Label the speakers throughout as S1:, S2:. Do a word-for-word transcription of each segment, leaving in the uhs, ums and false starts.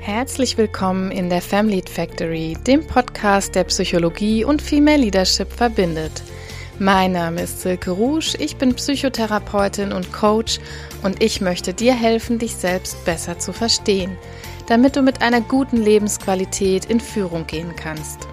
S1: Herzlich willkommen in der Family Factory, dem Podcast, der Psychologie und Female Leadership verbindet. Mein Name ist Silke Rusch, ich bin Psychotherapeutin und Coach und ich möchte dir helfen, dich selbst besser zu verstehen, damit du mit einer guten Lebensqualität in Führung gehen kannst.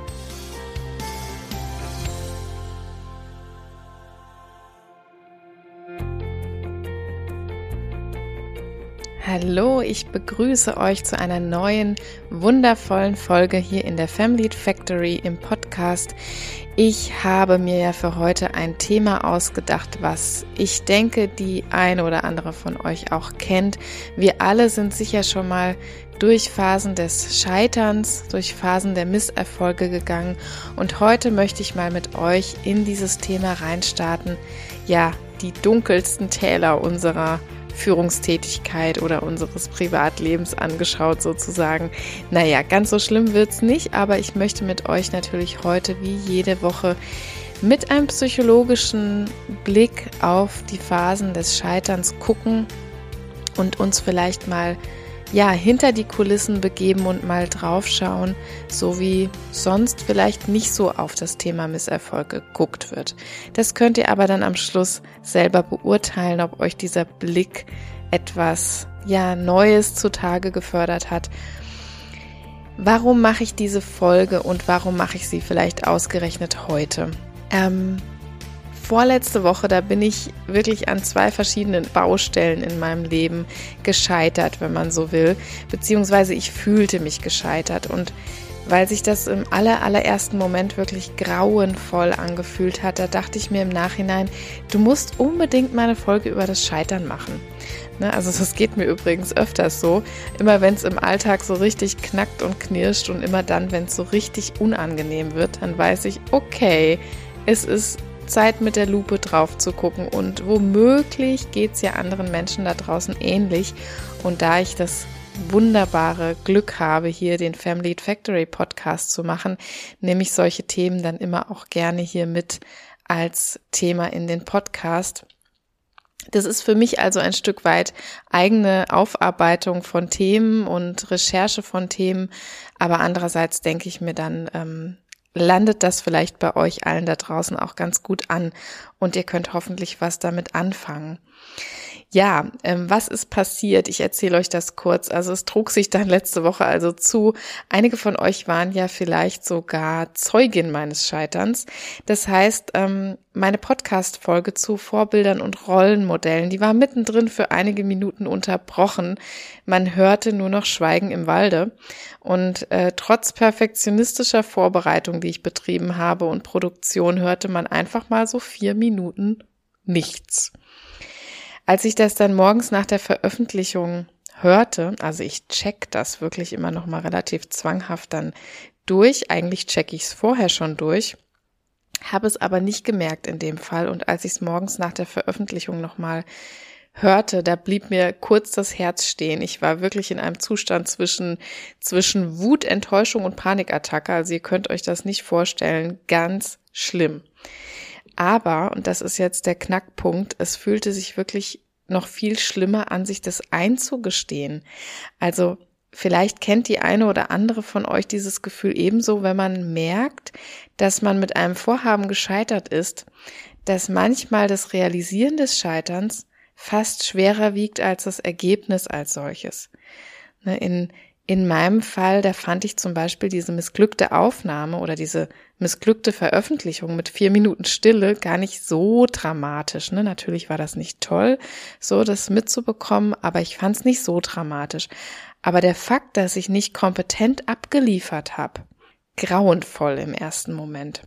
S1: Hallo, ich begrüße euch zu einer neuen, wundervollen Folge hier in der Family Factory im Podcast. Ich habe mir ja für heute ein Thema ausgedacht, was ich denke, die eine oder andere von euch auch kennt. Wir alle sind sicher schon mal durch Phasen des Scheiterns, durch Phasen der Misserfolge gegangen und heute möchte ich mal mit euch in dieses Thema reinstarten, ja, die dunkelsten Täler unserer Führungstätigkeit oder unseres Privatlebens angeschaut sozusagen. Naja, ganz so schlimm wird's nicht, aber ich möchte mit euch natürlich heute wie jede Woche mit einem psychologischen Blick auf die Phasen des Scheiterns gucken und uns vielleicht mal ja, hinter die Kulissen begeben und mal draufschauen, so wie sonst vielleicht nicht so auf das Thema Misserfolg geguckt wird. Das könnt ihr aber dann am Schluss selber beurteilen, ob euch dieser Blick etwas, ja, Neues zutage gefördert hat. Warum mache ich diese Folge und warum mache ich sie vielleicht ausgerechnet heute? Ähm, Vorletzte Woche, da bin ich wirklich an zwei verschiedenen Baustellen in meinem Leben gescheitert, wenn man so will, beziehungsweise ich fühlte mich gescheitert und weil sich das im aller, allerersten Moment wirklich grauenvoll angefühlt hat, da dachte ich mir im Nachhinein, du musst unbedingt mal eine Folge über das Scheitern machen. Ne, also das geht mir übrigens öfters so, immer wenn es im Alltag so richtig knackt und knirscht und immer dann, wenn es so richtig unangenehm wird, dann weiß ich, okay, es ist Zeit mit der Lupe drauf zu gucken und womöglich geht es ja anderen Menschen da draußen ähnlich und da ich das wunderbare Glück habe, hier den Family Factory Podcast zu machen, nehme ich solche Themen dann immer auch gerne hier mit als Thema in den Podcast. Das ist für mich also ein Stück weit eigene Aufarbeitung von Themen und Recherche von Themen, aber andererseits denke ich mir dann, ähm, landet das vielleicht bei euch allen da draußen auch ganz gut an und ihr könnt hoffentlich was damit anfangen. Ja, ähm, was ist passiert? Ich erzähle euch das kurz. Also es trug sich dann letzte Woche also zu. Einige von euch waren ja vielleicht sogar Zeugin meines Scheiterns. Das heißt, ähm, meine Podcast-Folge zu Vorbildern und Rollenmodellen, die war mittendrin für einige Minuten unterbrochen. Man hörte nur noch Schweigen im Walde. Und äh, trotz perfektionistischer Vorbereitung, die ich betrieben habe und Produktion, hörte man einfach mal so vier Minuten nichts. Als ich das dann morgens nach der Veröffentlichung hörte, also ich check das wirklich immer noch mal relativ zwanghaft dann durch, eigentlich check ich es vorher schon durch, habe es aber nicht gemerkt in dem Fall und als ich es morgens nach der Veröffentlichung noch mal hörte, da blieb mir kurz das Herz stehen. Ich war wirklich in einem Zustand zwischen zwischen Wut, Enttäuschung und Panikattacke, also ihr könnt euch das nicht vorstellen, ganz schlimm. Aber, und das ist jetzt der Knackpunkt, es fühlte sich wirklich noch viel schlimmer an, sich das einzugestehen. Also vielleicht kennt die eine oder andere von euch dieses Gefühl ebenso, wenn man merkt, dass man mit einem Vorhaben gescheitert ist, dass manchmal das Realisieren des Scheiterns fast schwerer wiegt als das Ergebnis als solches. In In meinem Fall, da fand ich zum Beispiel diese missglückte Aufnahme oder diese missglückte Veröffentlichung mit vier Minuten Stille gar nicht so dramatisch. Ne? Natürlich war das nicht toll, so das mitzubekommen, aber ich fand es nicht so dramatisch. Aber der Fakt, dass ich nicht kompetent abgeliefert habe, grauenvoll im ersten Moment.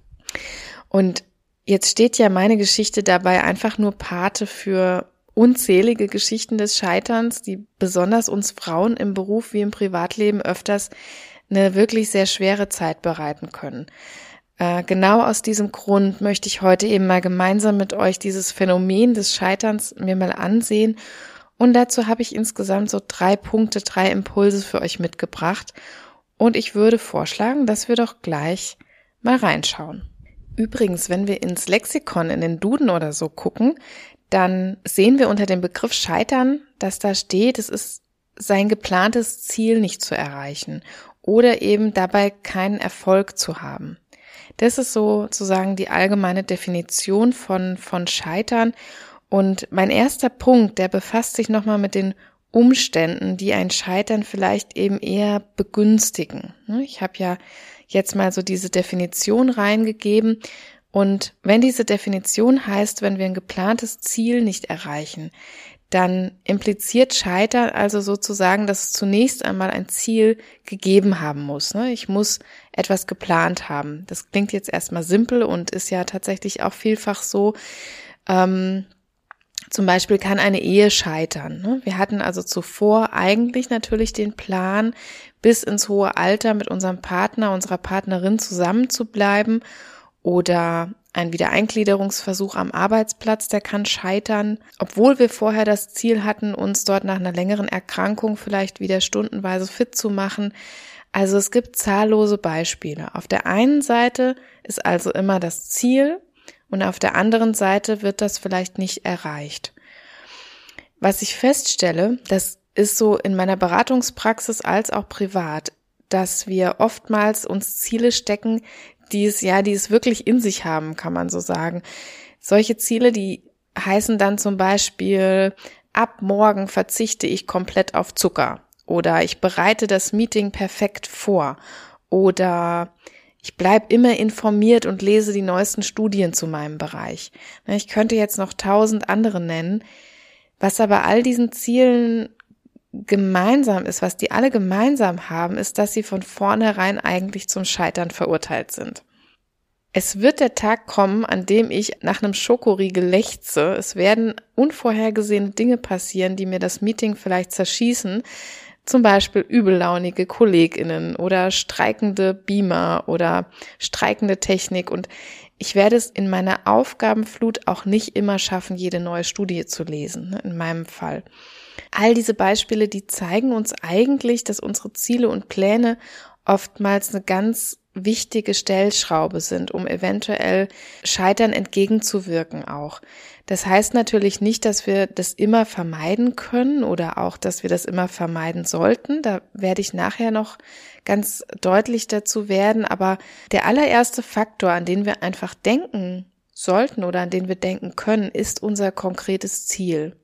S1: Und jetzt steht ja meine Geschichte dabei einfach nur Pate für unzählige Geschichten des Scheiterns, die besonders uns Frauen im Beruf wie im Privatleben öfters eine wirklich sehr schwere Zeit bereiten können. Äh, genau aus diesem Grund möchte ich heute eben mal gemeinsam mit euch dieses Phänomen des Scheiterns mir mal ansehen und dazu habe ich insgesamt so drei Punkte, drei Impulse für euch mitgebracht und ich würde vorschlagen, dass wir doch gleich mal reinschauen. Übrigens, wenn wir ins Lexikon, in den Duden oder so gucken, dann sehen wir unter dem Begriff Scheitern, dass da steht, es ist sein geplantes Ziel nicht zu erreichen oder eben dabei keinen Erfolg zu haben. Das ist sozusagen die allgemeine Definition von, von Scheitern. Und mein erster Punkt, der befasst sich nochmal mit den Umständen, die ein Scheitern vielleicht eben eher begünstigen. Ich habe ja jetzt mal so diese Definition reingegeben. Und wenn diese Definition heißt, wenn wir ein geplantes Ziel nicht erreichen, dann impliziert Scheitern also sozusagen, dass es zunächst einmal ein Ziel gegeben haben muss. Ich muss etwas geplant haben. Das klingt jetzt erstmal simpel und ist ja tatsächlich auch vielfach so. Ähm, zum Beispiel kann eine Ehe scheitern. Wir hatten also zuvor eigentlich natürlich den Plan, bis ins hohe Alter mit unserem Partner, unserer Partnerin zusammen zu bleiben. Oder ein Wiedereingliederungsversuch am Arbeitsplatz, der kann scheitern, obwohl wir vorher das Ziel hatten, uns dort nach einer längeren Erkrankung vielleicht wieder stundenweise fit zu machen. Also es gibt zahllose Beispiele. Auf der einen Seite ist also immer das Ziel und auf der anderen Seite wird das vielleicht nicht erreicht. Was ich feststelle, das ist so in meiner Beratungspraxis als auch privat, dass wir oftmals uns Ziele stecken, die es, ja, die es wirklich in sich haben, kann man so sagen. Solche Ziele, die heißen dann zum Beispiel, ab morgen verzichte ich komplett auf Zucker oder ich bereite das Meeting perfekt vor oder ich bleibe immer informiert und lese die neuesten Studien zu meinem Bereich. Ich könnte jetzt noch tausend andere nennen, was aber all diesen Zielen gemeinsam ist, was die alle gemeinsam haben, ist, dass sie von vornherein eigentlich zum Scheitern verurteilt sind. Es wird der Tag kommen, an dem ich nach einem Schokoriegel lechze. Es werden unvorhergesehene Dinge passieren, die mir das Meeting vielleicht zerschießen. Zum Beispiel übellaunige KollegInnen oder streikende Beamer oder streikende Technik. Und ich werde es in meiner Aufgabenflut auch nicht immer schaffen, jede neue Studie zu lesen, in meinem Fall. All diese Beispiele, die zeigen uns eigentlich, dass unsere Ziele und Pläne oftmals eine ganz wichtige Stellschraube sind, um eventuell Scheitern entgegenzuwirken auch. Das heißt natürlich nicht, dass wir das immer vermeiden können oder auch, dass wir das immer vermeiden sollten. Da werde ich nachher noch ganz deutlich dazu werden. Aber der allererste Faktor, an den wir einfach denken sollten oder an den wir denken können, ist unser konkretes Ziel.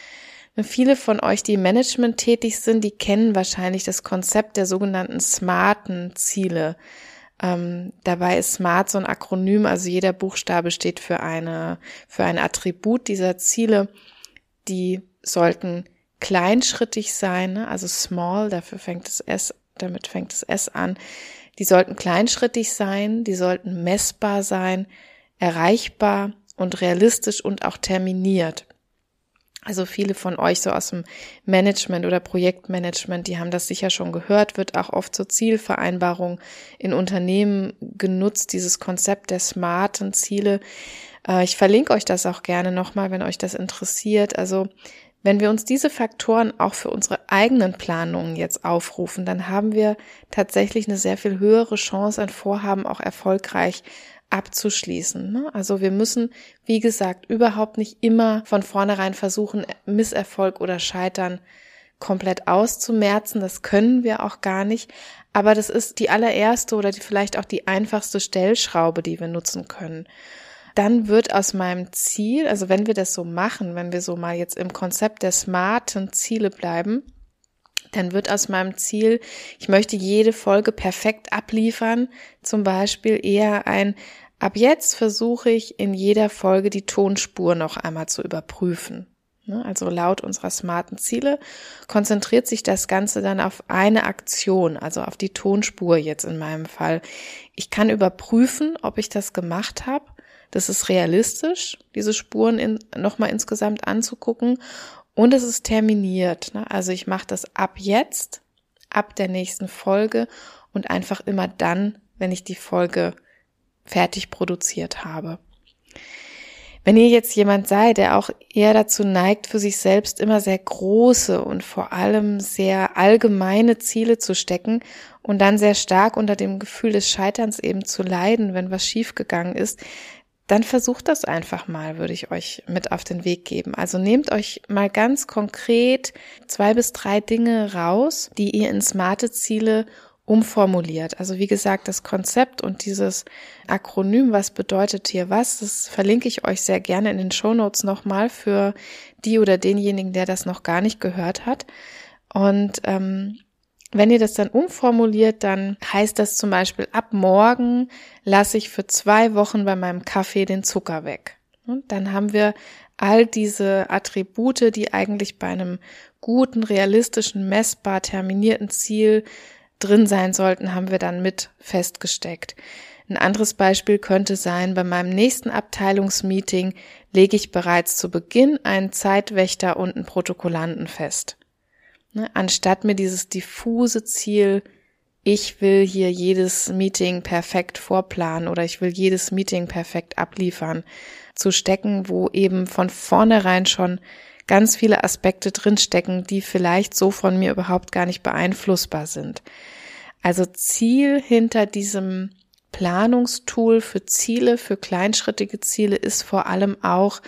S1: Viele von euch, die im Management tätig sind, die kennen wahrscheinlich das Konzept der sogenannten smarten Ziele. Ähm, dabei ist SMART so ein Akronym, also jeder Buchstabe steht für eine, für ein Attribut dieser Ziele. Die sollten kleinschrittig sein, ne? Also small, dafür fängt das S, damit fängt das S an. Die sollten kleinschrittig sein, die sollten messbar sein, erreichbar und realistisch und auch terminiert. Also viele von euch so aus dem Management oder Projektmanagement, die haben das sicher schon gehört, wird auch oft zur Zielvereinbarung in Unternehmen genutzt, dieses Konzept der smarten Ziele. Ich verlinke euch das auch gerne nochmal, wenn euch das interessiert. Also wenn wir uns diese Faktoren auch für unsere eigenen Planungen jetzt aufrufen, dann haben wir tatsächlich eine sehr viel höhere Chance, ein Vorhaben auch erfolgreich abzuschließen. Also wir müssen, wie gesagt, überhaupt nicht immer von vornherein versuchen, Misserfolg oder Scheitern komplett auszumerzen. Das können wir auch gar nicht. Aber das ist die allererste oder die, vielleicht auch die einfachste Stellschraube, die wir nutzen können. Dann wird aus meinem Ziel, also wenn wir das so machen, wenn wir so mal jetzt im Konzept der smarten Ziele bleiben, dann wird aus meinem Ziel, ich möchte jede Folge perfekt abliefern, zum Beispiel eher ein, ab jetzt versuche ich in jeder Folge die Tonspur noch einmal zu überprüfen. Also laut unserer smarten Ziele konzentriert sich das Ganze dann auf eine Aktion, also auf die Tonspur jetzt in meinem Fall. Ich kann überprüfen, ob ich das gemacht habe. Das ist realistisch, diese Spuren in, nochmal insgesamt anzugucken. Und es ist terminiert, ne? Also ich mache das ab jetzt, ab der nächsten Folge und einfach immer dann, wenn ich die Folge fertig produziert habe. Wenn ihr jetzt jemand seid, der auch eher dazu neigt, für sich selbst immer sehr große und vor allem sehr allgemeine Ziele zu stecken und dann sehr stark unter dem Gefühl des Scheiterns eben zu leiden, wenn was schiefgegangen ist, dann versucht das einfach mal, würde ich euch mit auf den Weg geben. Also nehmt euch mal ganz konkret zwei bis drei Dinge raus, die ihr in smarte Ziele umformuliert. Also wie gesagt, das Konzept und dieses Akronym, was bedeutet hier was, das verlinke ich euch sehr gerne in den Shownotes nochmal für die oder denjenigen, der das noch gar nicht gehört hat. Und ähm, wenn ihr das dann umformuliert, dann heißt das zum Beispiel, ab morgen lasse ich für zwei Wochen bei meinem Kaffee den Zucker weg. Und dann haben wir all diese Attribute, die eigentlich bei einem guten, realistischen, messbar terminierten Ziel drin sein sollten, haben wir dann mit festgesteckt. Ein anderes Beispiel könnte sein, bei meinem nächsten Abteilungsmeeting lege ich bereits zu Beginn einen Zeitwächter und einen Protokollanten fest. Ne, anstatt mir dieses diffuse Ziel, ich will hier jedes Meeting perfekt vorplanen oder ich will jedes Meeting perfekt abliefern, zu stecken, wo eben von vornherein schon ganz viele Aspekte drinstecken, die vielleicht so von mir überhaupt gar nicht beeinflussbar sind. Also Ziel hinter diesem Planungstool für Ziele, für kleinschrittige Ziele ist vor allem auch,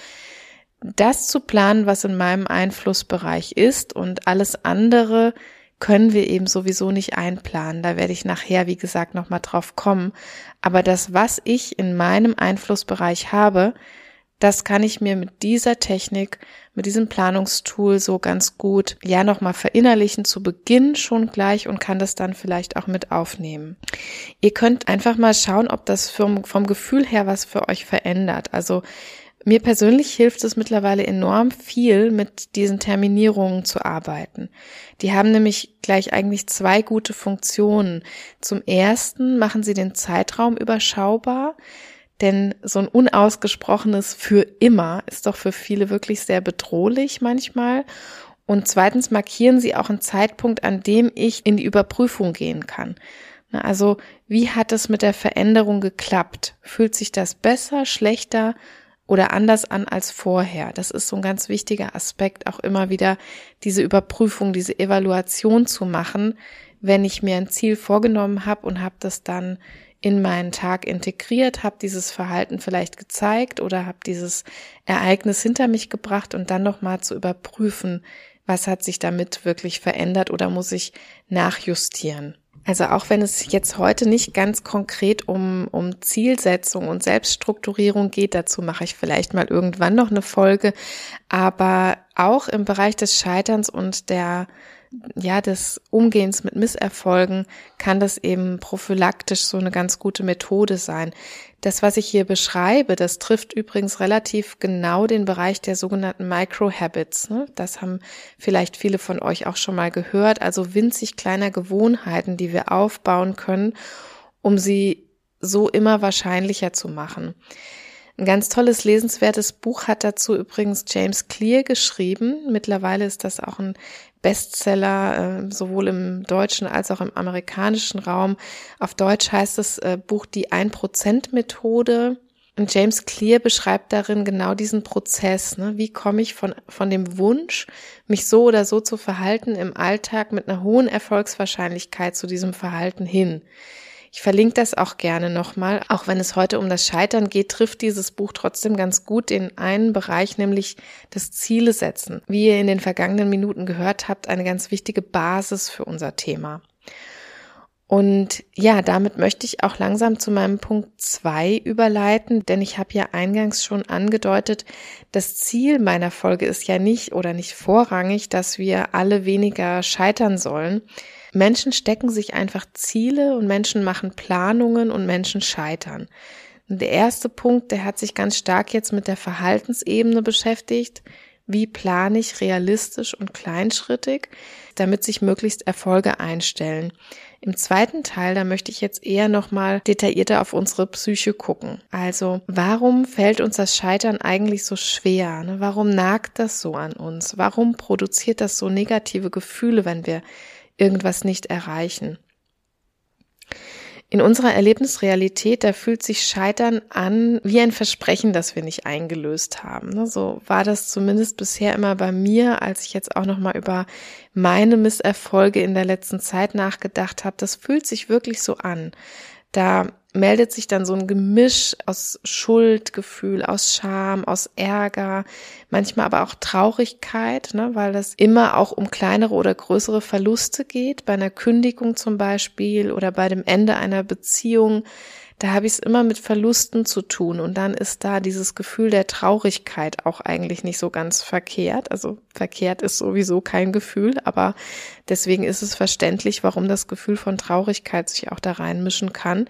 S1: das zu planen, was in meinem Einflussbereich ist, und alles andere können wir eben sowieso nicht einplanen. Da werde ich nachher, wie gesagt, nochmal drauf kommen. Aber das, was ich in meinem Einflussbereich habe, das kann ich mir mit dieser Technik, mit diesem Planungstool so ganz gut, ja, nochmal verinnerlichen zu Beginn schon gleich und kann das dann vielleicht auch mit aufnehmen. Ihr könnt einfach mal schauen, ob das vom, vom Gefühl her was für euch verändert. Also mir persönlich hilft es mittlerweile enorm viel, mit diesen Terminierungen zu arbeiten. Die haben nämlich gleich eigentlich zwei gute Funktionen. Zum ersten machen sie den Zeitraum überschaubar, denn so ein unausgesprochenes für immer ist doch für viele wirklich sehr bedrohlich manchmal. Und zweitens markieren sie auch einen Zeitpunkt, an dem ich in die Überprüfung gehen kann. Also wie hat es mit der Veränderung geklappt? Fühlt sich das besser, schlechter oder anders an als vorher? Das ist so ein ganz wichtiger Aspekt, auch immer wieder diese Überprüfung, diese Evaluation zu machen, wenn ich mir ein Ziel vorgenommen habe und habe das dann in meinen Tag integriert, habe dieses Verhalten vielleicht gezeigt oder habe dieses Ereignis hinter mich gebracht und dann nochmal zu überprüfen, was hat sich damit wirklich verändert oder muss ich nachjustieren. Also auch wenn es jetzt heute nicht ganz konkret um, um Zielsetzung und Selbststrukturierung geht, dazu mache ich vielleicht mal irgendwann noch eine Folge, aber auch im Bereich des Scheiterns und der ja, des Umgehens mit Misserfolgen kann das eben prophylaktisch so eine ganz gute Methode sein. Das, was ich hier beschreibe, das trifft übrigens relativ genau den Bereich der sogenannten Micro-Habits. Ne? Das haben vielleicht viele von euch auch schon mal gehört, also winzig kleiner Gewohnheiten, die wir aufbauen können, um sie so immer wahrscheinlicher zu machen. Ein ganz tolles, lesenswertes Buch hat dazu übrigens James Clear geschrieben. Mittlerweile ist das auch ein Bestseller, äh, sowohl im deutschen als auch im amerikanischen Raum. Auf Deutsch heißt das äh, Buch Die ein Prozent Methode. Und James Clear beschreibt darin genau diesen Prozess. Ne? Wie komme ich von, von dem Wunsch, mich so oder so zu verhalten im Alltag mit einer hohen Erfolgswahrscheinlichkeit zu diesem Verhalten hin? Ich verlinke das auch gerne nochmal. Auch wenn es heute um das Scheitern geht, trifft dieses Buch trotzdem ganz gut den einen Bereich, nämlich das Ziele setzen. Wie ihr in den vergangenen Minuten gehört habt, eine ganz wichtige Basis für unser Thema. Und ja, damit möchte ich auch langsam zu meinem Punkt zwei überleiten, denn ich habe ja eingangs schon angedeutet, das Ziel meiner Folge ist ja nicht oder nicht vorrangig, dass wir alle weniger scheitern sollen. Menschen stecken sich einfach Ziele und Menschen machen Planungen und Menschen scheitern. Und der erste Punkt, der hat sich ganz stark jetzt mit der Verhaltensebene beschäftigt. Wie plane ich realistisch und kleinschrittig, damit sich möglichst Erfolge einstellen? Im zweiten Teil, da möchte ich jetzt eher nochmal detaillierter auf unsere Psyche gucken. Also, warum fällt uns das Scheitern eigentlich so schwer? Ne? Warum nagt das so an uns? Warum produziert das so negative Gefühle, wenn wir irgendwas nicht erreichen? In unserer Erlebnisrealität, da fühlt sich Scheitern an wie ein Versprechen, das wir nicht eingelöst haben. So war das zumindest bisher immer bei mir, als ich jetzt auch nochmal über meine Misserfolge in der letzten Zeit nachgedacht habe. Das fühlt sich wirklich so an. Da meldet sich dann so ein Gemisch aus Schuldgefühl, aus Scham, aus Ärger, manchmal aber auch Traurigkeit, ne, weil das immer auch um kleinere oder größere Verluste geht, bei einer Kündigung zum Beispiel oder bei dem Ende einer Beziehung. Da habe ich es immer mit Verlusten zu tun und dann ist da dieses Gefühl der Traurigkeit auch eigentlich nicht so ganz verkehrt. Also verkehrt ist sowieso kein Gefühl, aber deswegen ist es verständlich, warum das Gefühl von Traurigkeit sich auch da reinmischen kann.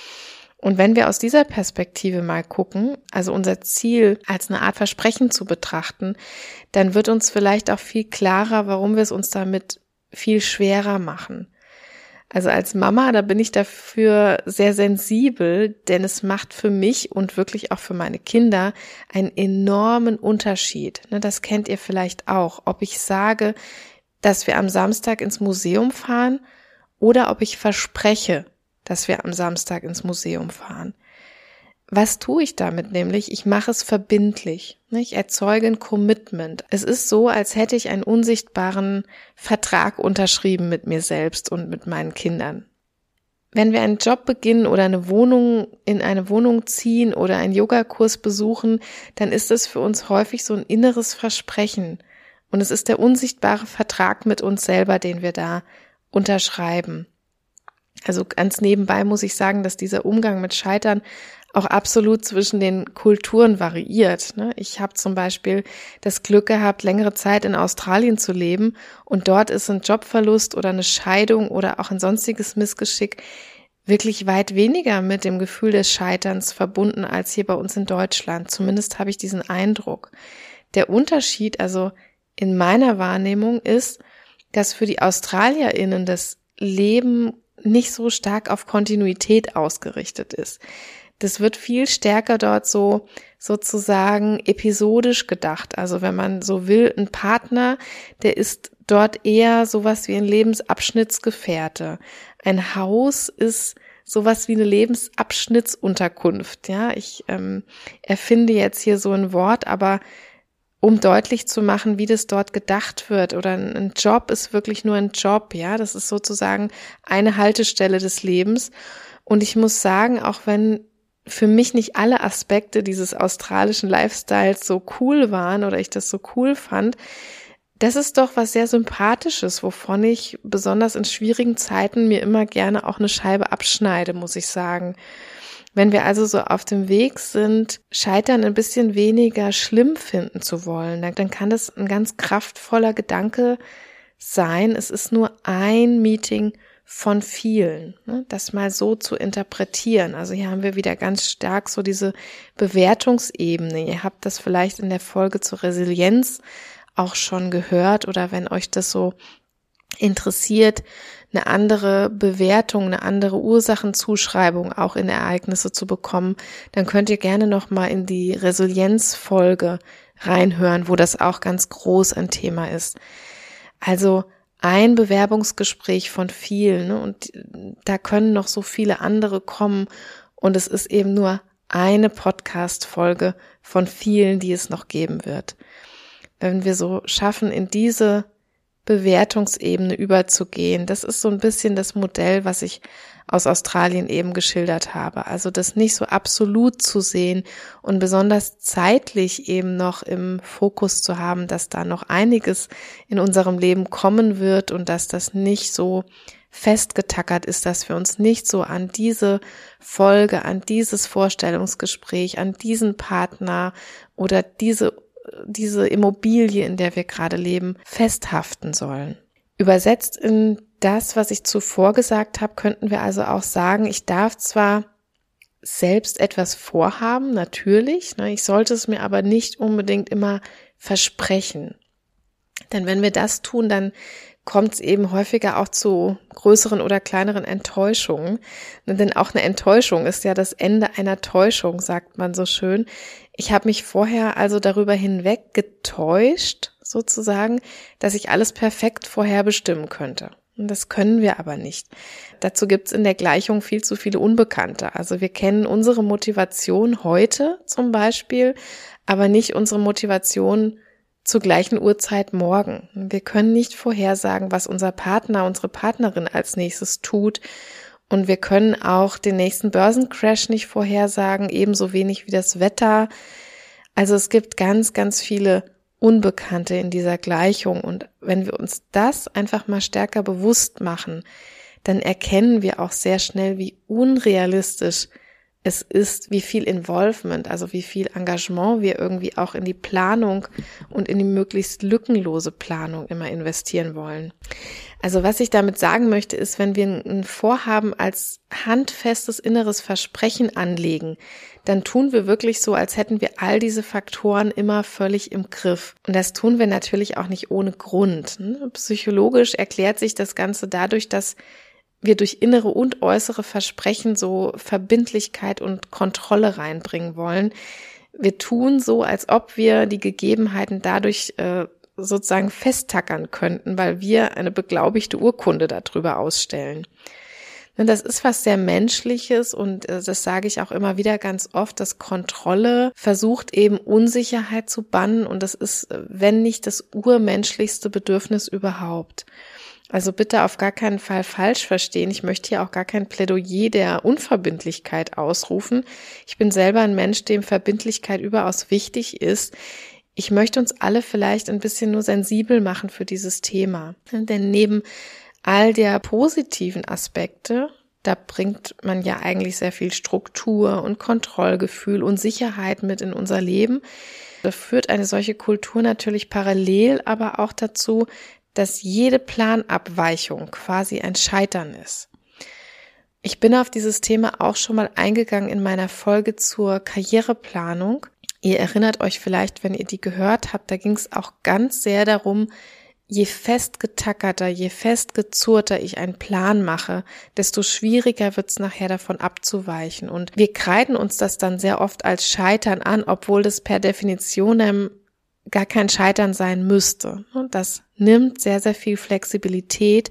S1: Und wenn wir aus dieser Perspektive mal gucken, also unser Ziel als eine Art Versprechen zu betrachten, dann wird uns vielleicht auch viel klarer, warum wir es uns damit viel schwerer machen. Also als Mama, da bin ich dafür sehr sensibel, denn es macht für mich und wirklich auch für meine Kinder einen enormen Unterschied. Das kennt ihr vielleicht auch, ob ich sage, dass wir am Samstag ins Museum fahren oder ob ich verspreche, dass wir am Samstag ins Museum fahren. Was tue ich damit nämlich? Ich mache es verbindlich. Ich erzeuge ein Commitment. Es ist so, als hätte ich einen unsichtbaren Vertrag unterschrieben mit mir selbst und mit meinen Kindern. Wenn wir einen Job beginnen oder eine Wohnung in eine Wohnung ziehen oder einen Yogakurs besuchen, dann ist es für uns häufig so ein inneres Versprechen. Und es ist der unsichtbare Vertrag mit uns selber, den wir da unterschreiben. Also ganz nebenbei muss ich sagen, dass dieser Umgang mit Scheitern auch absolut zwischen den Kulturen variiert. Ich habe zum Beispiel das Glück gehabt, längere Zeit in Australien zu leben und dort ist ein Jobverlust oder eine Scheidung oder auch ein sonstiges Missgeschick wirklich weit weniger mit dem Gefühl des Scheiterns verbunden als hier bei uns in Deutschland. Zumindest habe ich diesen Eindruck. Der Unterschied, also in meiner Wahrnehmung, ist, dass für die AustralierInnen das Leben nicht so stark auf Kontinuität ausgerichtet ist. Das wird viel stärker dort so sozusagen episodisch gedacht. Also wenn man so will, ein Partner, der ist dort eher sowas wie ein Lebensabschnittsgefährte. Ein Haus ist sowas wie eine Lebensabschnittsunterkunft. Ja, ich ähm, erfinde jetzt hier so ein Wort, aber um deutlich zu machen, wie das dort gedacht wird. Oder ein Job ist wirklich nur ein Job. Ja, das ist sozusagen eine Haltestelle des Lebens. Und ich muss sagen, auch wenn für mich nicht alle Aspekte dieses australischen Lifestyles so cool waren oder ich das so cool fand, das ist doch was sehr Sympathisches, wovon ich besonders in schwierigen Zeiten mir immer gerne auch eine Scheibe abschneide, muss ich sagen. Wenn wir also so auf dem Weg sind, Scheitern ein bisschen weniger schlimm finden zu wollen, dann kann das ein ganz kraftvoller Gedanke sein. Es ist nur ein Meeting von vielen, ne, das mal so zu interpretieren. Also hier haben wir wieder ganz stark so diese Bewertungsebene. Ihr habt das vielleicht in der Folge zur Resilienz auch schon gehört oder wenn euch das so interessiert, eine andere Bewertung, eine andere Ursachenzuschreibung auch in Ereignisse zu bekommen, dann könnt ihr gerne noch mal in die Resilienzfolge reinhören, wo das auch ganz groß ein Thema ist. Also ein Bewerbungsgespräch von vielen, ne? Und da können noch so viele andere kommen und es ist eben nur eine Podcast-Folge von vielen, die es noch geben wird. Wenn wir so schaffen, in diese Bewertungsebene überzugehen, das ist so ein bisschen das Modell, was ich aus Australien eben geschildert habe. Also das nicht so absolut zu sehen und besonders zeitlich eben noch im Fokus zu haben, dass da noch einiges in unserem Leben kommen wird und dass das nicht so festgetackert ist, dass wir uns nicht so an diese Folge, an dieses Vorstellungsgespräch, an diesen Partner oder diese diese Immobilie, in der wir gerade leben, festhaften sollen. Übersetzt in das, was ich zuvor gesagt habe, könnten wir also auch sagen, ich darf zwar selbst etwas vorhaben, natürlich, ne, ich sollte es mir aber nicht unbedingt immer versprechen. Denn wenn wir das tun, dann kommt es eben häufiger auch zu größeren oder kleineren Enttäuschungen. Denn auch eine Enttäuschung ist ja das Ende einer Täuschung, sagt man so schön. Ich habe mich vorher also darüber hinweg getäuscht, sozusagen, dass ich alles perfekt vorherbestimmen könnte. Und das können wir aber nicht. Dazu gibt es in der Gleichung viel zu viele Unbekannte. Also wir kennen unsere Motivation heute zum Beispiel, aber nicht unsere Motivation zur gleichen Uhrzeit morgen. Wir können nicht vorhersagen, was unser Partner, unsere Partnerin als nächstes tut. Und wir können auch den nächsten Börsencrash nicht vorhersagen, ebenso wenig wie das Wetter. Also es gibt ganz, ganz viele Unbekannte in dieser Gleichung. Und wenn wir uns das einfach mal stärker bewusst machen, dann erkennen wir auch sehr schnell, wie unrealistisch es ist, wie viel Involvement, also wie viel Engagement wir irgendwie auch in die Planung und in die möglichst lückenlose Planung immer investieren wollen. Also was ich damit sagen möchte, ist, wenn wir ein Vorhaben als handfestes inneres Versprechen anlegen, dann tun wir wirklich so, als hätten wir all diese Faktoren immer völlig im Griff. Und das tun wir natürlich auch nicht ohne Grund. Psychologisch erklärt sich das Ganze dadurch, dass wir durch innere und äußere Versprechen so Verbindlichkeit und Kontrolle reinbringen wollen. Wir tun so, als ob wir die Gegebenheiten dadurch äh, sozusagen festtackern könnten, weil wir eine beglaubigte Urkunde darüber ausstellen. Das ist was sehr Menschliches und äh, das sage ich auch immer wieder ganz oft, dass Kontrolle versucht eben Unsicherheit zu bannen und das ist, wenn nicht das urmenschlichste Bedürfnis überhaupt. Also bitte auf gar keinen Fall falsch verstehen. Ich möchte hier auch gar kein Plädoyer der Unverbindlichkeit ausrufen. Ich bin selber ein Mensch, dem Verbindlichkeit überaus wichtig ist. Ich möchte uns alle vielleicht ein bisschen nur sensibel machen für dieses Thema. Denn neben all der positiven Aspekte, da bringt man ja eigentlich sehr viel Struktur und Kontrollgefühl und Sicherheit mit in unser Leben. Da führt eine solche Kultur natürlich parallel aber auch dazu, dass jede Planabweichung quasi ein Scheitern ist. Ich bin auf dieses Thema auch schon mal eingegangen in meiner Folge zur Karriereplanung. Ihr erinnert euch vielleicht, wenn ihr die gehört habt, da ging es auch ganz sehr darum, je festgetackerter, je festgezurrter ich einen Plan mache, desto schwieriger wird es nachher davon abzuweichen. Und wir kreiden uns das dann sehr oft als Scheitern an, obwohl das per Definition gar kein Scheitern sein müsste. Und das nimmt sehr, sehr viel Flexibilität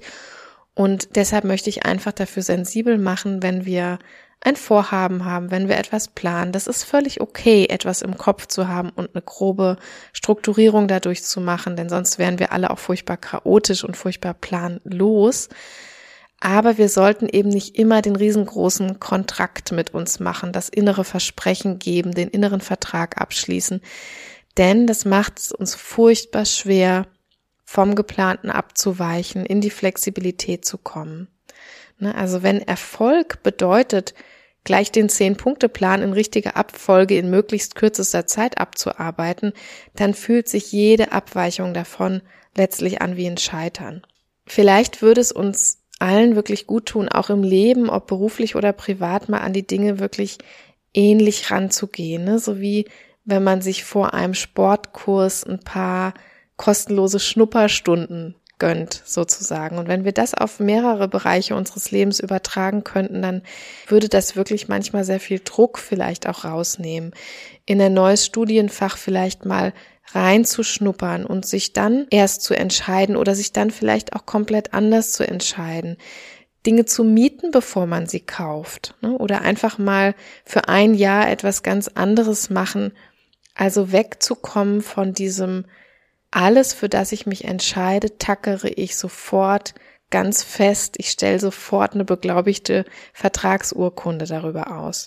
S1: und deshalb möchte ich einfach dafür sensibel machen, wenn wir ein Vorhaben haben, wenn wir etwas planen. Das ist völlig okay, etwas im Kopf zu haben und eine grobe Strukturierung dadurch zu machen, denn sonst wären wir alle auch furchtbar chaotisch und furchtbar planlos. Aber wir sollten eben nicht immer den riesengroßen Kontrakt mit uns machen, das innere Versprechen geben, den inneren Vertrag abschließen, denn das macht es uns furchtbar schwer, vom Geplanten abzuweichen, in die Flexibilität zu kommen. Also wenn Erfolg bedeutet, gleich den Zehn-Punkte-Plan in richtiger Abfolge in möglichst kürzester Zeit abzuarbeiten, dann fühlt sich jede Abweichung davon letztlich an wie ein Scheitern. Vielleicht würde es uns allen wirklich gut tun, auch im Leben, ob beruflich oder privat, mal an die Dinge wirklich ähnlich ranzugehen, ne? So wie wenn man sich vor einem Sportkurs ein paar kostenlose Schnupperstunden gönnt, sozusagen. Und wenn wir das auf mehrere Bereiche unseres Lebens übertragen könnten, dann würde das wirklich manchmal sehr viel Druck vielleicht auch rausnehmen, in ein neues Studienfach vielleicht mal reinzuschnuppern und sich dann erst zu entscheiden oder sich dann vielleicht auch komplett anders zu entscheiden. Dinge zu mieten, bevor man sie kauft, ne? Oder einfach mal für ein Jahr etwas ganz anderes machen, also wegzukommen von diesem alles, für das ich mich entscheide, tackere ich sofort ganz fest. Ich stelle sofort eine beglaubigte Vertragsurkunde darüber aus.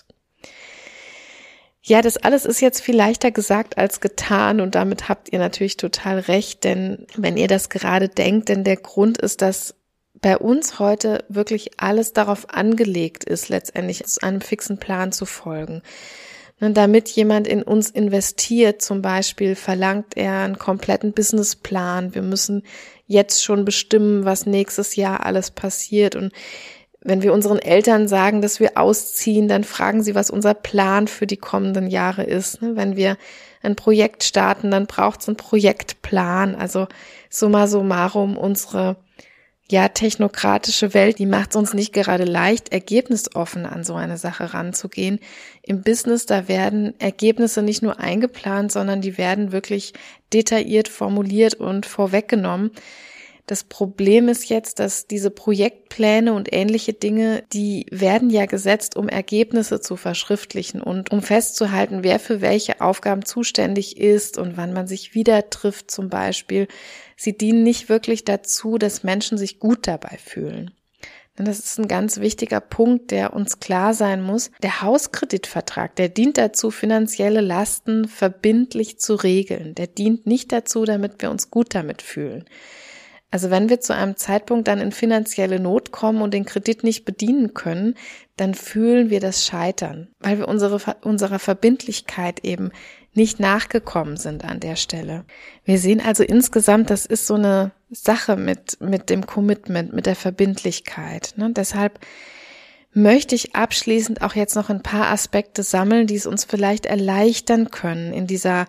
S1: Ja, das alles ist jetzt viel leichter gesagt als getan und damit habt ihr natürlich total recht, denn wenn ihr das gerade denkt, denn der Grund ist, dass bei uns heute wirklich alles darauf angelegt ist, letztendlich einem fixen Plan zu folgen. Damit jemand in uns investiert, zum Beispiel, verlangt er einen kompletten Businessplan. Wir müssen jetzt schon bestimmen, was nächstes Jahr alles passiert. Und wenn wir unseren Eltern sagen, dass wir ausziehen, dann fragen sie, was unser Plan für die kommenden Jahre ist. Wenn wir ein Projekt starten, dann braucht es einen Projektplan. Also summa summarum, unsere ja, technokratische Welt, die macht es uns nicht gerade leicht, ergebnisoffen an so eine Sache ranzugehen. Im Business, da werden Ergebnisse nicht nur eingeplant, sondern die werden wirklich detailliert formuliert und vorweggenommen. Das Problem ist jetzt, dass diese Projektpläne und ähnliche Dinge, die werden ja gesetzt, um Ergebnisse zu verschriftlichen und um festzuhalten, wer für welche Aufgaben zuständig ist und wann man sich wieder trifft zum Beispiel. Sie dienen nicht wirklich dazu, dass Menschen sich gut dabei fühlen. Und das ist ein ganz wichtiger Punkt, der uns klar sein muss. Der Hauskreditvertrag, der dient dazu, finanzielle Lasten verbindlich zu regeln. Der dient nicht dazu, damit wir uns gut damit fühlen. Also wenn wir zu einem Zeitpunkt dann in finanzielle Not kommen und den Kredit nicht bedienen können, dann fühlen wir das Scheitern, weil wir unsere, unserer Verbindlichkeit eben nicht nachgekommen sind an der Stelle. Wir sehen also insgesamt, das ist so eine Sache mit, mit dem Commitment, mit der Verbindlichkeit. Ne? Deshalb möchte ich abschließend auch jetzt noch ein paar Aspekte sammeln, die es uns vielleicht erleichtern können, in dieser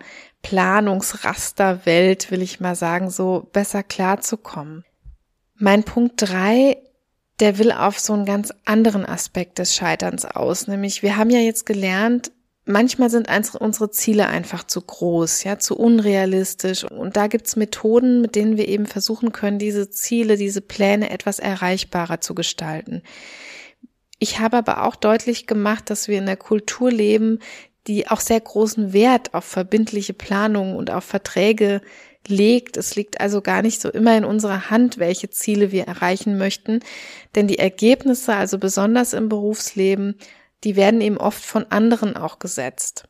S1: Planungsrasterwelt, will ich mal sagen, so besser klarzukommen. Mein Punkt drei, der will auf so einen ganz anderen Aspekt des Scheiterns aus, nämlich wir haben ja jetzt gelernt, manchmal sind unsere Ziele einfach zu groß, ja, zu unrealistisch, und da gibt's Methoden, mit denen wir eben versuchen können, diese Ziele, diese Pläne etwas erreichbarer zu gestalten. Ich habe aber auch deutlich gemacht, dass wir in einer Kultur leben, die auch sehr großen Wert auf verbindliche Planung und auf Verträge legt. Es liegt also gar nicht so immer in unserer Hand, welche Ziele wir erreichen möchten, denn die Ergebnisse, also besonders im Berufsleben, die werden eben oft von anderen auch gesetzt.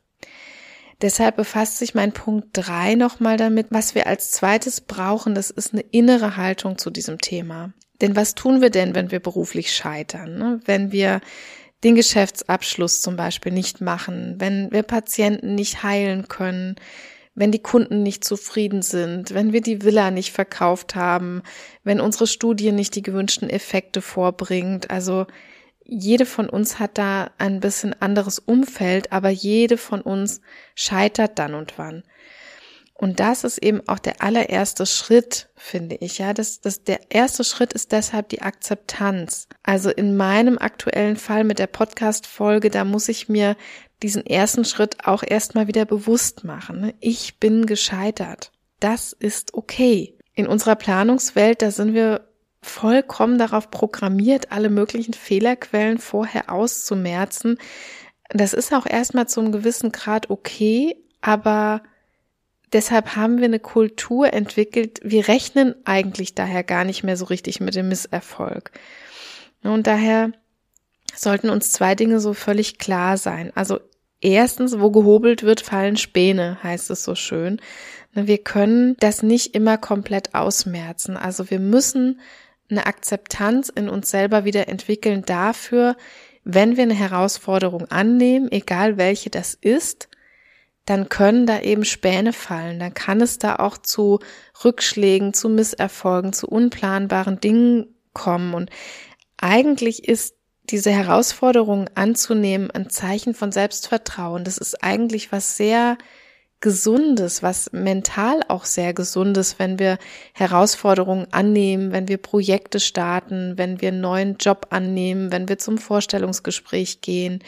S1: Deshalb befasst sich mein Punkt drei nochmal damit, was wir als zweites brauchen. Das ist eine innere Haltung zu diesem Thema. Denn was tun wir denn, wenn wir beruflich scheitern? Ne? Wenn wir den Geschäftsabschluss zum Beispiel nicht machen, wenn wir Patienten nicht heilen können, wenn die Kunden nicht zufrieden sind, wenn wir die Villa nicht verkauft haben, wenn unsere Studie nicht die gewünschten Effekte vorbringt. Also jede von uns hat da ein bisschen anderes Umfeld, aber jede von uns scheitert dann und wann. Und das ist eben auch der allererste Schritt, finde ich. Ja, das, das, der erste Schritt ist deshalb die Akzeptanz. Also in meinem aktuellen Fall mit der Podcast-Folge, da muss ich mir diesen ersten Schritt auch erstmal wieder bewusst machen. Ich bin gescheitert. Das ist okay. In unserer Planungswelt, da sind wir vollkommen darauf programmiert, alle möglichen Fehlerquellen vorher auszumerzen. Das ist auch erstmal zu einem gewissen Grad okay, aber deshalb haben wir eine Kultur entwickelt, wir rechnen eigentlich daher gar nicht mehr so richtig mit dem Misserfolg. Und daher sollten uns zwei Dinge so völlig klar sein. Also erstens, wo gehobelt wird, fallen Späne, heißt es so schön. Wir können das nicht immer komplett ausmerzen. Also wir müssen eine Akzeptanz in uns selber wieder entwickeln dafür, wenn wir eine Herausforderung annehmen, egal welche das ist, dann können da eben Späne fallen. Dann kann es da auch zu Rückschlägen, zu Misserfolgen, zu unplanbaren Dingen kommen. Und eigentlich ist diese Herausforderung anzunehmen ein Zeichen von Selbstvertrauen. Das ist eigentlich was sehr Gesundes, was mental auch sehr Gesundes, wenn wir Herausforderungen annehmen, wenn wir Projekte starten, wenn wir einen neuen Job annehmen, wenn wir zum Vorstellungsgespräch gehen.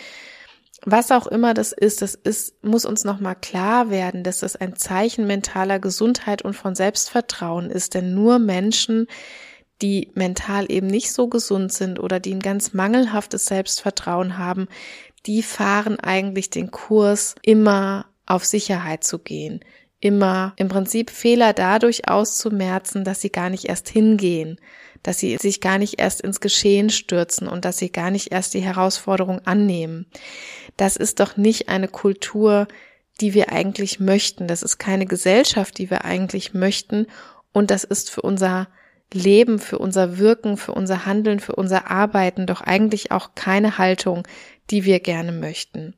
S1: Was auch immer das ist, das ist, muss uns nochmal klar werden, dass das ein Zeichen mentaler Gesundheit und von Selbstvertrauen ist, denn nur Menschen, die mental eben nicht so gesund sind oder die ein ganz mangelhaftes Selbstvertrauen haben, die fahren eigentlich den Kurs, immer auf Sicherheit zu gehen, immer im Prinzip Fehler dadurch auszumerzen, dass sie gar nicht erst hingehen, dass sie sich gar nicht erst ins Geschehen stürzen und dass sie gar nicht erst die Herausforderung annehmen. Das ist doch nicht eine Kultur, die wir eigentlich möchten. Das ist keine Gesellschaft, die wir eigentlich möchten. Und das ist für unser Leben, für unser Wirken, für unser Handeln, für unser Arbeiten doch eigentlich auch keine Haltung, die wir gerne möchten.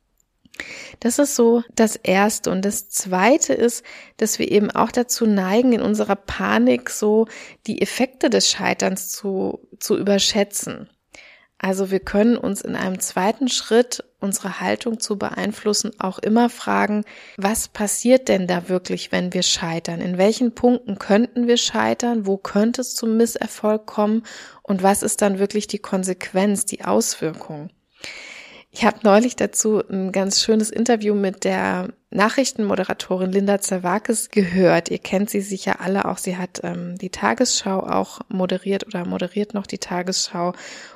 S1: Das ist so das Erste. Und das Zweite ist, dass wir eben auch dazu neigen, in unserer Panik so die Effekte des Scheiterns zu, zu überschätzen. Also wir können uns in einem zweiten Schritt, unsere Haltung zu beeinflussen, auch immer fragen, was passiert denn da wirklich, wenn wir scheitern? In welchen Punkten könnten wir scheitern? Wo könnte es zum Misserfolg kommen? Und was ist dann wirklich die Konsequenz, die Auswirkung? Ich habe neulich dazu ein ganz schönes Interview mit der Nachrichtenmoderatorin Linda Zerwakis gehört. Ihr kennt sie sicher alle auch. Sie hat ähm, die Tagesschau auch moderiert oder moderiert noch die Tagesschau.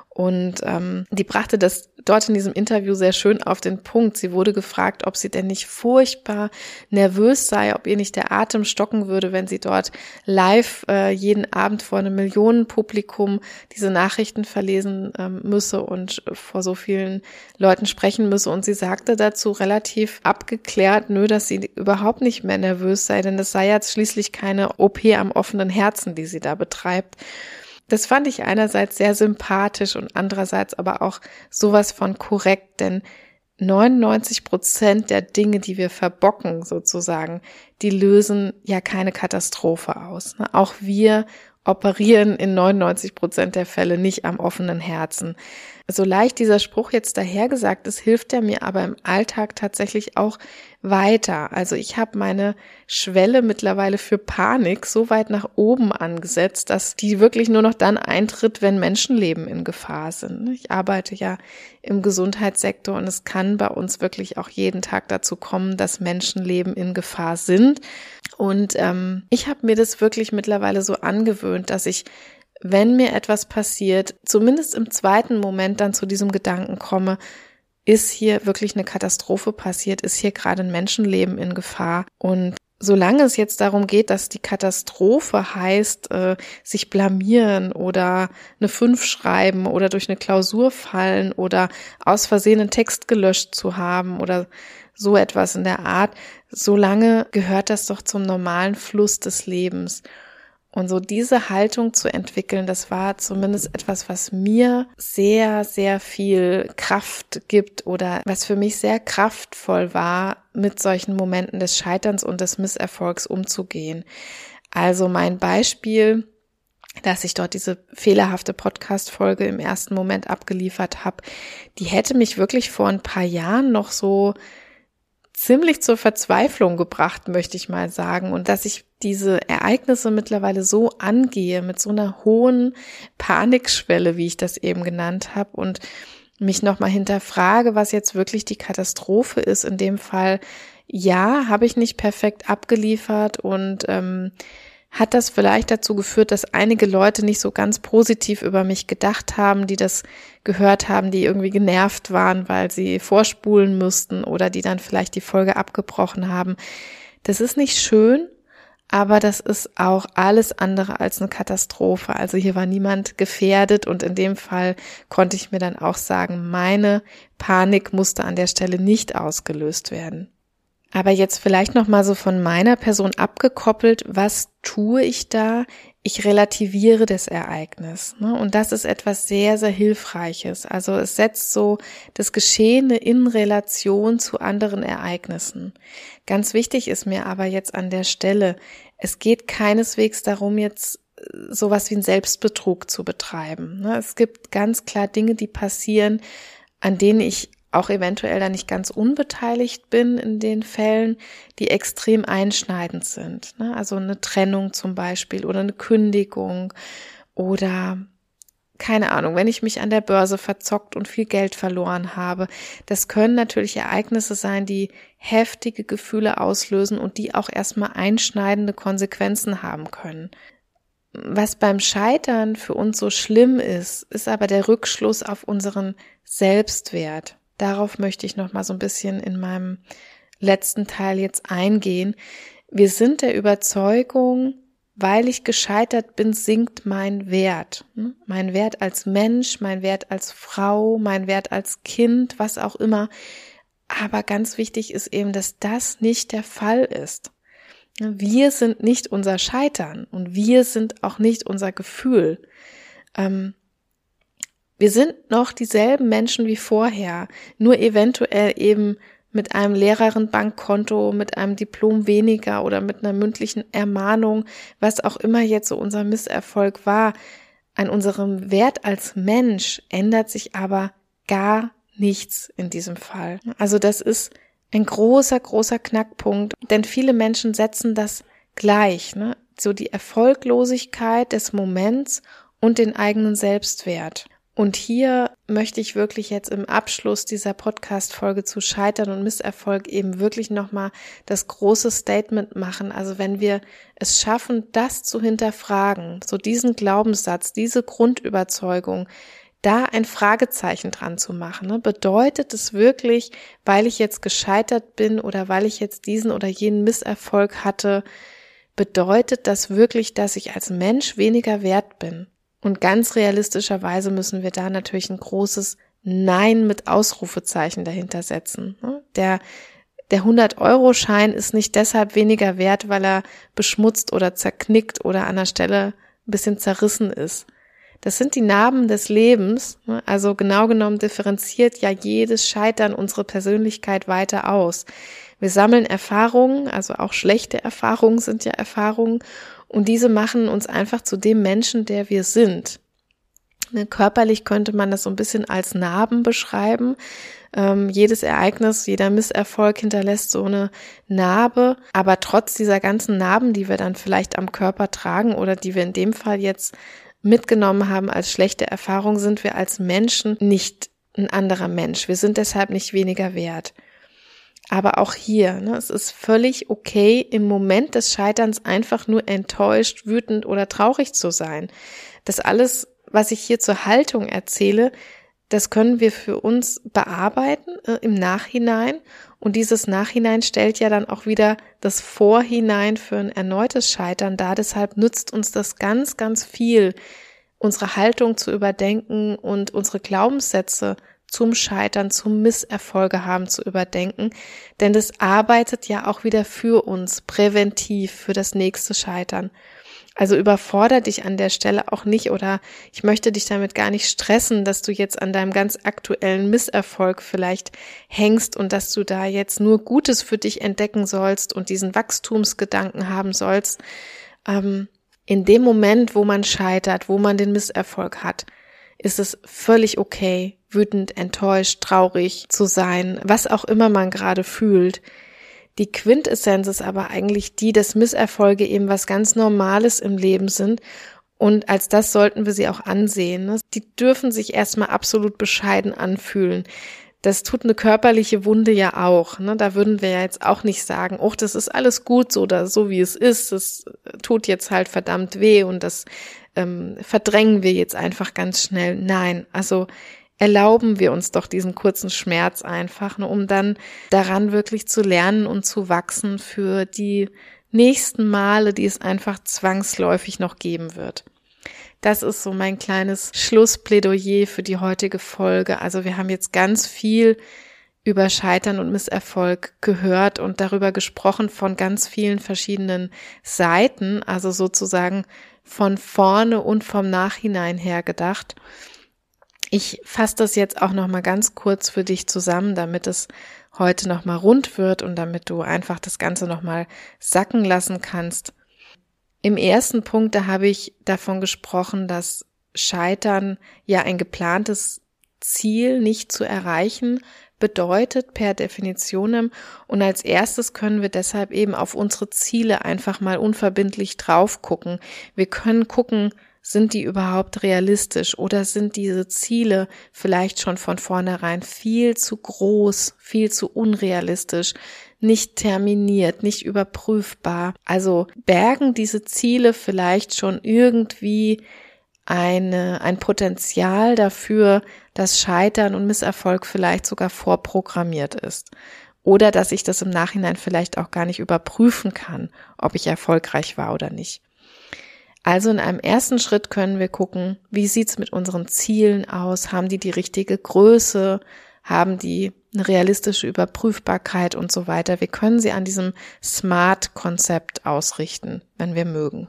S1: Und ähm, die brachte das dort in diesem Interview sehr schön auf den Punkt. Sie wurde gefragt, ob sie denn nicht furchtbar nervös sei, ob ihr nicht der Atem stocken würde, wenn sie dort live äh, jeden Abend vor einem Millionenpublikum diese Nachrichten verlesen ähm, müsse und vor so vielen Leuten sprechen müsse. Und sie sagte dazu relativ abgeklärt, nö, dass sie überhaupt nicht mehr nervös sei, denn es sei jetzt schließlich keine O P am offenen Herzen, die sie da betreibt. Das fand ich einerseits sehr sympathisch und andererseits aber auch sowas von korrekt, denn neunundneunzig Prozent der Dinge, die wir verbocken sozusagen, die lösen ja keine Katastrophe aus. Auch wir operieren in neunundneunzig Prozent der Fälle nicht am offenen Herzen. So leicht dieser Spruch jetzt dahergesagt ist, hilft er mir aber im Alltag tatsächlich auch weiter. Also ich habe meine Schwelle mittlerweile für Panik so weit nach oben angesetzt, dass die wirklich nur noch dann eintritt, wenn Menschenleben in Gefahr sind. Ich arbeite ja im Gesundheitssektor und es kann bei uns wirklich auch jeden Tag dazu kommen, dass Menschenleben in Gefahr sind. Und ähm, ich habe mir das wirklich mittlerweile so angewöhnt, dass ich, wenn mir etwas passiert, zumindest im zweiten Moment dann zu diesem Gedanken komme, ist hier wirklich eine Katastrophe passiert, ist hier gerade ein Menschenleben in Gefahr. Und solange es jetzt darum geht, dass die Katastrophe heißt, äh, sich blamieren oder eine fünf schreiben oder durch eine Klausur fallen oder aus Versehen einen Text gelöscht zu haben oder so etwas in der Art, solange gehört das doch zum normalen Fluss des Lebens. Und so diese Haltung zu entwickeln, das war zumindest etwas, was mir sehr, sehr viel Kraft gibt oder was für mich sehr kraftvoll war, mit solchen Momenten des Scheiterns und des Misserfolgs umzugehen. Also mein Beispiel, dass ich dort diese fehlerhafte Podcast-Folge im ersten Moment abgeliefert habe, die hätte mich wirklich vor ein paar Jahren noch so ziemlich zur Verzweiflung gebracht, möchte ich mal sagen. Und dass ich diese Ereignisse mittlerweile so angehe, mit so einer hohen Panikschwelle, wie ich das eben genannt habe, und mich nochmal hinterfrage, was jetzt wirklich die Katastrophe ist. In dem Fall, ja, habe ich nicht perfekt abgeliefert und ähm, hat das vielleicht dazu geführt, dass einige Leute nicht so ganz positiv über mich gedacht haben, die das gehört haben, die irgendwie genervt waren, weil sie vorspulen müssten oder die dann vielleicht die Folge abgebrochen haben. Das ist nicht schön, aber das ist auch alles andere als eine Katastrophe. Also hier war niemand gefährdet und in dem Fall konnte ich mir dann auch sagen, meine Panik musste an der Stelle nicht ausgelöst werden. Aber jetzt vielleicht noch mal so von meiner Person abgekoppelt, was tue ich da? Ich relativiere das Ereignis, ne? Und das ist etwas sehr, sehr Hilfreiches. Also es setzt so das Geschehene in Relation zu anderen Ereignissen. Ganz wichtig ist mir aber jetzt an der Stelle, es geht keineswegs darum, jetzt sowas wie einen Selbstbetrug zu betreiben, ne? Es gibt ganz klar Dinge, die passieren, an denen ich auch eventuell da nicht ganz unbeteiligt bin in den Fällen, die extrem einschneidend sind. Ne? Also eine Trennung zum Beispiel oder eine Kündigung oder keine Ahnung, wenn ich mich an der Börse verzockt und viel Geld verloren habe. Das können natürlich Ereignisse sein, die heftige Gefühle auslösen und die auch erstmal einschneidende Konsequenzen haben können. Was beim Scheitern für uns so schlimm ist, ist aber der Rückschluss auf unseren Selbstwert. Darauf möchte ich noch mal so ein bisschen in meinem letzten Teil jetzt eingehen. Wir sind der Überzeugung, weil ich gescheitert bin, sinkt mein Wert. Mein Wert als Mensch, mein Wert als Frau, mein Wert als Kind, was auch immer. Aber ganz wichtig ist eben, dass das nicht der Fall ist. Wir sind nicht unser Scheitern und wir sind auch nicht unser Gefühl. Ähm, Wir sind noch dieselben Menschen wie vorher, nur eventuell eben mit einem leereren Bankkonto, mit einem Diplom weniger oder mit einer mündlichen Ermahnung, was auch immer jetzt so unser Misserfolg war. An unserem Wert als Mensch ändert sich aber gar nichts in diesem Fall. Also das ist ein großer, großer Knackpunkt, denn viele Menschen setzen das gleich, ne? So die Erfolglosigkeit des Moments und den eigenen Selbstwert. Und hier möchte ich wirklich jetzt im Abschluss dieser Podcast-Folge zu Scheitern und Misserfolg eben wirklich nochmal das große Statement machen. Also wenn wir es schaffen, das zu hinterfragen, so diesen Glaubenssatz, diese Grundüberzeugung, da ein Fragezeichen dran zu machen. Ne? Bedeutet es wirklich, weil ich jetzt gescheitert bin oder weil ich jetzt diesen oder jenen Misserfolg hatte, bedeutet das wirklich, dass ich als Mensch weniger wert bin? Und ganz realistischerweise müssen wir da natürlich ein großes Nein mit Ausrufezeichen dahinter setzen. Ne? Der Der hundert-Euro-Schein ist nicht deshalb weniger wert, weil er beschmutzt oder zerknickt oder an der Stelle ein bisschen zerrissen ist. Das sind die Narben des Lebens, also genau genommen differenziert ja jedes Scheitern unsere Persönlichkeit weiter aus. Wir sammeln Erfahrungen, also auch schlechte Erfahrungen sind ja Erfahrungen, und diese machen uns einfach zu dem Menschen, der wir sind. Körperlich könnte man das so ein bisschen als Narben beschreiben. Ähm, jedes Ereignis, jeder Misserfolg hinterlässt so eine Narbe, aber trotz dieser ganzen Narben, die wir dann vielleicht am Körper tragen oder die wir in dem Fall jetzt mitgenommen haben als schlechte Erfahrung, sind wir als Menschen nicht ein anderer Mensch. Wir sind deshalb nicht weniger wert. Aber auch hier, ne, es ist völlig okay, im Moment des Scheiterns einfach nur enttäuscht, wütend oder traurig zu sein. Das alles, was ich hier zur Haltung erzähle, das können wir für uns bearbeiten äh, im Nachhinein, und dieses Nachhinein stellt ja dann auch wieder das Vorhinein für ein erneutes Scheitern dar. Deshalb nützt uns das ganz, ganz viel, unsere Haltung zu überdenken und unsere Glaubenssätze zum Scheitern, zum Misserfolge haben zu überdenken, denn das arbeitet ja auch wieder für uns präventiv für das nächste Scheitern. Also überfordere dich an der Stelle auch nicht, oder ich möchte dich damit gar nicht stressen, dass du jetzt an deinem ganz aktuellen Misserfolg vielleicht hängst und dass du da jetzt nur Gutes für dich entdecken sollst und diesen Wachstumsgedanken haben sollst. Ähm, in dem Moment, wo man scheitert, wo man den Misserfolg hat, ist es völlig okay, wütend, enttäuscht, traurig zu sein, was auch immer man gerade fühlt. Die Quintessenz ist aber eigentlich die, dass Misserfolge eben was ganz Normales im Leben sind, und als das sollten wir sie auch ansehen. Die dürfen sich erstmal absolut bescheiden anfühlen. Das tut eine körperliche Wunde ja auch. Da würden wir ja jetzt auch nicht sagen, oh, das ist alles gut so oder so, wie es ist. Das tut jetzt halt verdammt weh und das ähm, verdrängen wir jetzt einfach ganz schnell. Nein, also erlauben wir uns doch diesen kurzen Schmerz einfach, ne, um dann daran wirklich zu lernen und zu wachsen für die nächsten Male, die es einfach zwangsläufig noch geben wird. Das ist so mein kleines Schlussplädoyer für die heutige Folge. Also wir haben jetzt ganz viel über Scheitern und Misserfolg gehört und darüber gesprochen von ganz vielen verschiedenen Seiten, also sozusagen von vorne und vom Nachhinein her gedacht. Ich fasse das jetzt auch noch mal ganz kurz für dich zusammen, damit es heute noch mal rund wird und damit du einfach das Ganze noch mal sacken lassen kannst. Im ersten Punkt, da habe ich davon gesprochen, dass Scheitern ja ein geplantes Ziel nicht zu erreichen bedeutet per Definitionem, und als erstes können wir deshalb eben auf unsere Ziele einfach mal unverbindlich drauf gucken. Wir können gucken, sind die überhaupt realistisch oder sind diese Ziele vielleicht schon von vornherein viel zu groß, viel zu unrealistisch, nicht terminiert, nicht überprüfbar? Also bergen diese Ziele vielleicht schon irgendwie eine, ein Potenzial dafür, dass Scheitern und Misserfolg vielleicht sogar vorprogrammiert ist? Oder dass ich das im Nachhinein vielleicht auch gar nicht überprüfen kann, ob ich erfolgreich war oder nicht? Also in einem ersten Schritt können wir gucken, wie sieht's mit unseren Zielen aus? Haben die die richtige Größe? Haben die eine realistische Überprüfbarkeit und so weiter? Wir können sie an diesem SMART-Konzept ausrichten, wenn wir mögen.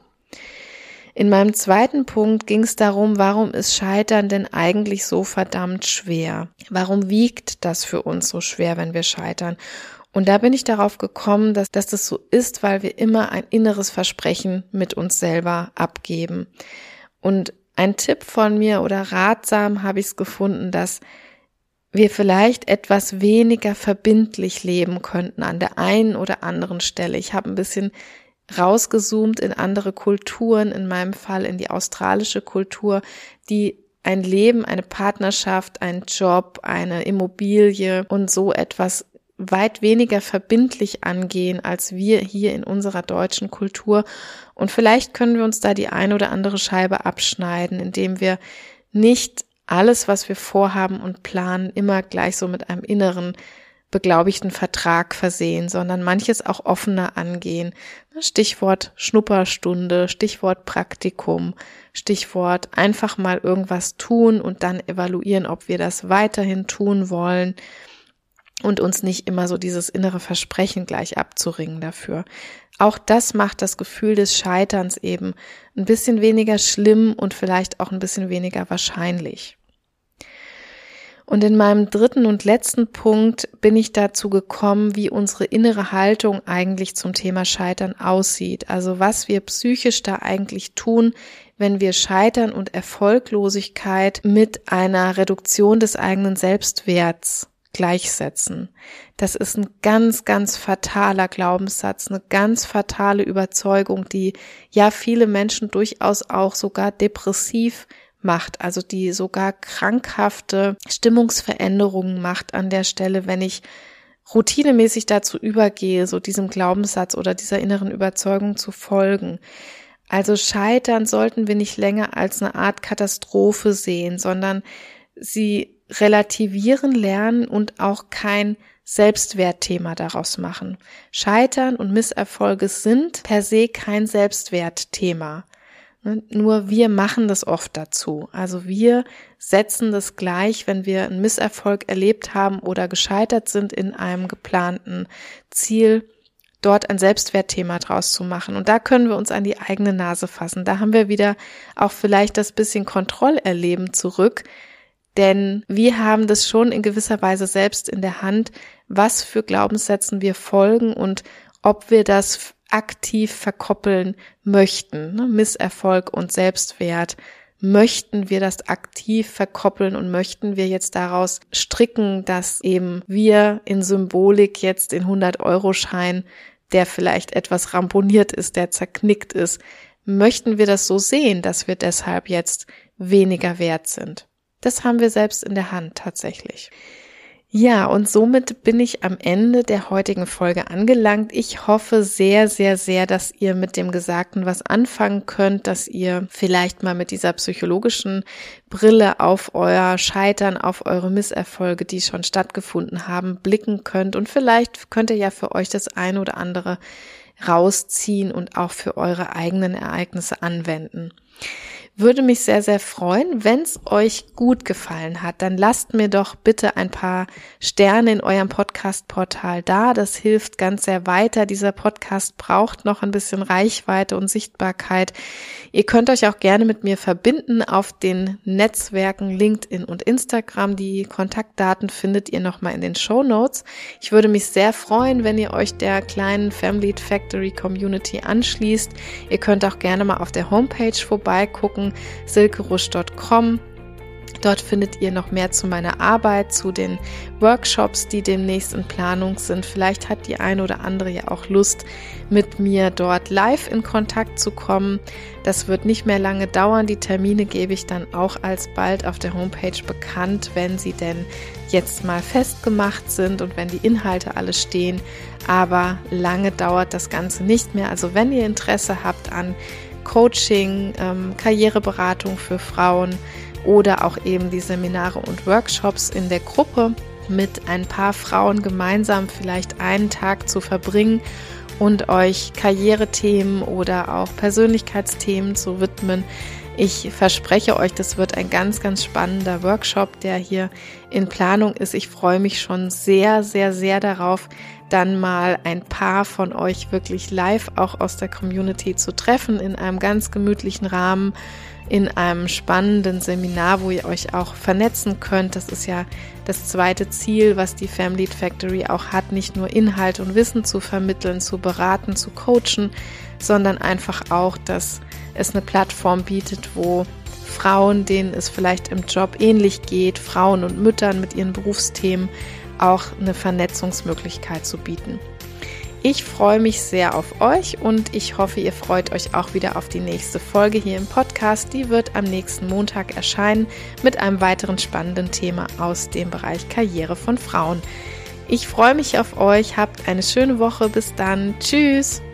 S1: In meinem zweiten Punkt ging es darum, warum ist Scheitern denn eigentlich so verdammt schwer? Warum wiegt das für uns so schwer, wenn wir scheitern? Und da bin ich darauf gekommen, dass, dass das so ist, weil wir immer ein inneres Versprechen mit uns selber abgeben. Und ein Tipp von mir oder ratsam habe ich es gefunden, dass wir vielleicht etwas weniger verbindlich leben könnten an der einen oder anderen Stelle. Ich habe ein bisschen rausgezoomt in andere Kulturen, in meinem Fall in die australische Kultur, die ein Leben, eine Partnerschaft, einen Job, eine Immobilie und so etwas weit weniger verbindlich angehen als wir hier in unserer deutschen Kultur. Und vielleicht können wir uns da die ein oder andere Scheibe abschneiden, indem wir nicht alles, was wir vorhaben und planen, immer gleich so mit einem inneren beglaubigten Vertrag versehen, sondern manches auch offener angehen. Stichwort Schnupperstunde, Stichwort Praktikum, Stichwort einfach mal irgendwas tun und dann evaluieren, ob wir das weiterhin tun wollen und uns nicht immer so dieses innere Versprechen gleich abzuringen dafür. Auch das macht das Gefühl des Scheiterns eben ein bisschen weniger schlimm und vielleicht auch ein bisschen weniger wahrscheinlich. Und in meinem dritten und letzten Punkt bin ich dazu gekommen, wie unsere innere Haltung eigentlich zum Thema Scheitern aussieht. Also was wir psychisch da eigentlich tun, wenn wir Scheitern und Erfolglosigkeit mit einer Reduktion des eigenen Selbstwerts gleichsetzen. Das ist ein ganz, ganz fataler Glaubenssatz, eine ganz fatale Überzeugung, die ja viele Menschen durchaus auch sogar depressiv macht, also die sogar krankhafte Stimmungsveränderungen macht an der Stelle, wenn ich routinemäßig dazu übergehe, so diesem Glaubenssatz oder dieser inneren Überzeugung zu folgen. Also Scheitern sollten wir nicht länger als eine Art Katastrophe sehen, sondern sie relativieren lernen und auch kein Selbstwertthema daraus machen. Scheitern und Misserfolge sind per se kein Selbstwertthema. Nur wir machen das oft dazu. Also wir setzen das gleich, wenn wir einen Misserfolg erlebt haben oder gescheitert sind in einem geplanten Ziel, dort ein Selbstwertthema draus zu machen. Und da können wir uns an die eigene Nase fassen. Da haben wir wieder auch vielleicht das bisschen Kontrollerleben zurück, denn wir haben das schon in gewisser Weise selbst in der Hand, was für Glaubenssätzen wir folgen und ob wir das aktiv verkoppeln möchten, ne? Misserfolg und Selbstwert. Möchten wir das aktiv verkoppeln und möchten wir jetzt daraus stricken, dass eben wir in Symbolik jetzt den hundert-Euro-Schein, der vielleicht etwas ramponiert ist, der zerknickt ist, möchten wir das so sehen, dass wir deshalb jetzt weniger wert sind? Das haben wir selbst in der Hand tatsächlich. Ja, und somit bin ich am Ende der heutigen Folge angelangt. Ich hoffe sehr, sehr, sehr, dass ihr mit dem Gesagten was anfangen könnt, dass ihr vielleicht mal mit dieser psychologischen Brille auf euer Scheitern, auf eure Misserfolge, die schon stattgefunden haben, blicken könnt. Und vielleicht könnt ihr ja für euch das eine oder andere rausziehen und auch für eure eigenen Ereignisse anwenden. Würde mich sehr, sehr freuen, wenn es euch gut gefallen hat, dann lasst mir doch bitte ein paar Sterne in eurem Podcast-Portal da. Das hilft ganz sehr weiter. Dieser Podcast braucht noch ein bisschen Reichweite und Sichtbarkeit. Ihr könnt euch auch gerne mit mir verbinden auf den Netzwerken LinkedIn und Instagram. Die Kontaktdaten findet ihr nochmal in den Shownotes. Ich würde mich sehr freuen, wenn ihr euch der kleinen Family Factory Community anschließt. Ihr könnt auch gerne mal auf der Homepage vorbeigucken, silke rusch punkt com. Dort findet ihr noch mehr zu meiner Arbeit, zu den Workshops, die demnächst in Planung sind. Vielleicht hat die eine oder andere ja auch Lust, mit mir dort live in Kontakt zu kommen. Das wird nicht mehr lange dauern. Die Termine gebe ich dann auch alsbald auf der Homepage bekannt, wenn sie denn jetzt mal festgemacht sind und wenn die Inhalte alle stehen. Aber lange dauert das Ganze nicht mehr. Also wenn ihr Interesse habt an Coaching, ähm, Karriereberatung für Frauen oder auch eben die Seminare und Workshops in der Gruppe mit ein paar Frauen gemeinsam vielleicht einen Tag zu verbringen und euch Karrierethemen oder auch Persönlichkeitsthemen zu widmen. Ich verspreche euch, das wird ein ganz, ganz spannender Workshop, der hier in Planung ist. Ich freue mich schon sehr, sehr, sehr darauf, dann mal ein paar von euch wirklich live auch aus der Community zu treffen, in einem ganz gemütlichen Rahmen, in einem spannenden Seminar, wo ihr euch auch vernetzen könnt. Das ist ja das zweite Ziel, was die Family Factory auch hat, nicht nur Inhalt und Wissen zu vermitteln, zu beraten, zu coachen, sondern einfach auch, dass es eine Plattform bietet, wo Frauen, denen es vielleicht im Job ähnlich geht, Frauen und Müttern mit ihren Berufsthemen, auch eine Vernetzungsmöglichkeit zu bieten. Ich freue mich sehr auf euch und ich hoffe, ihr freut euch auch wieder auf die nächste Folge hier im Podcast. Die wird am nächsten Montag erscheinen mit einem weiteren spannenden Thema aus dem Bereich Karriere von Frauen. Ich freue mich auf euch, habt eine schöne Woche, bis dann, tschüss!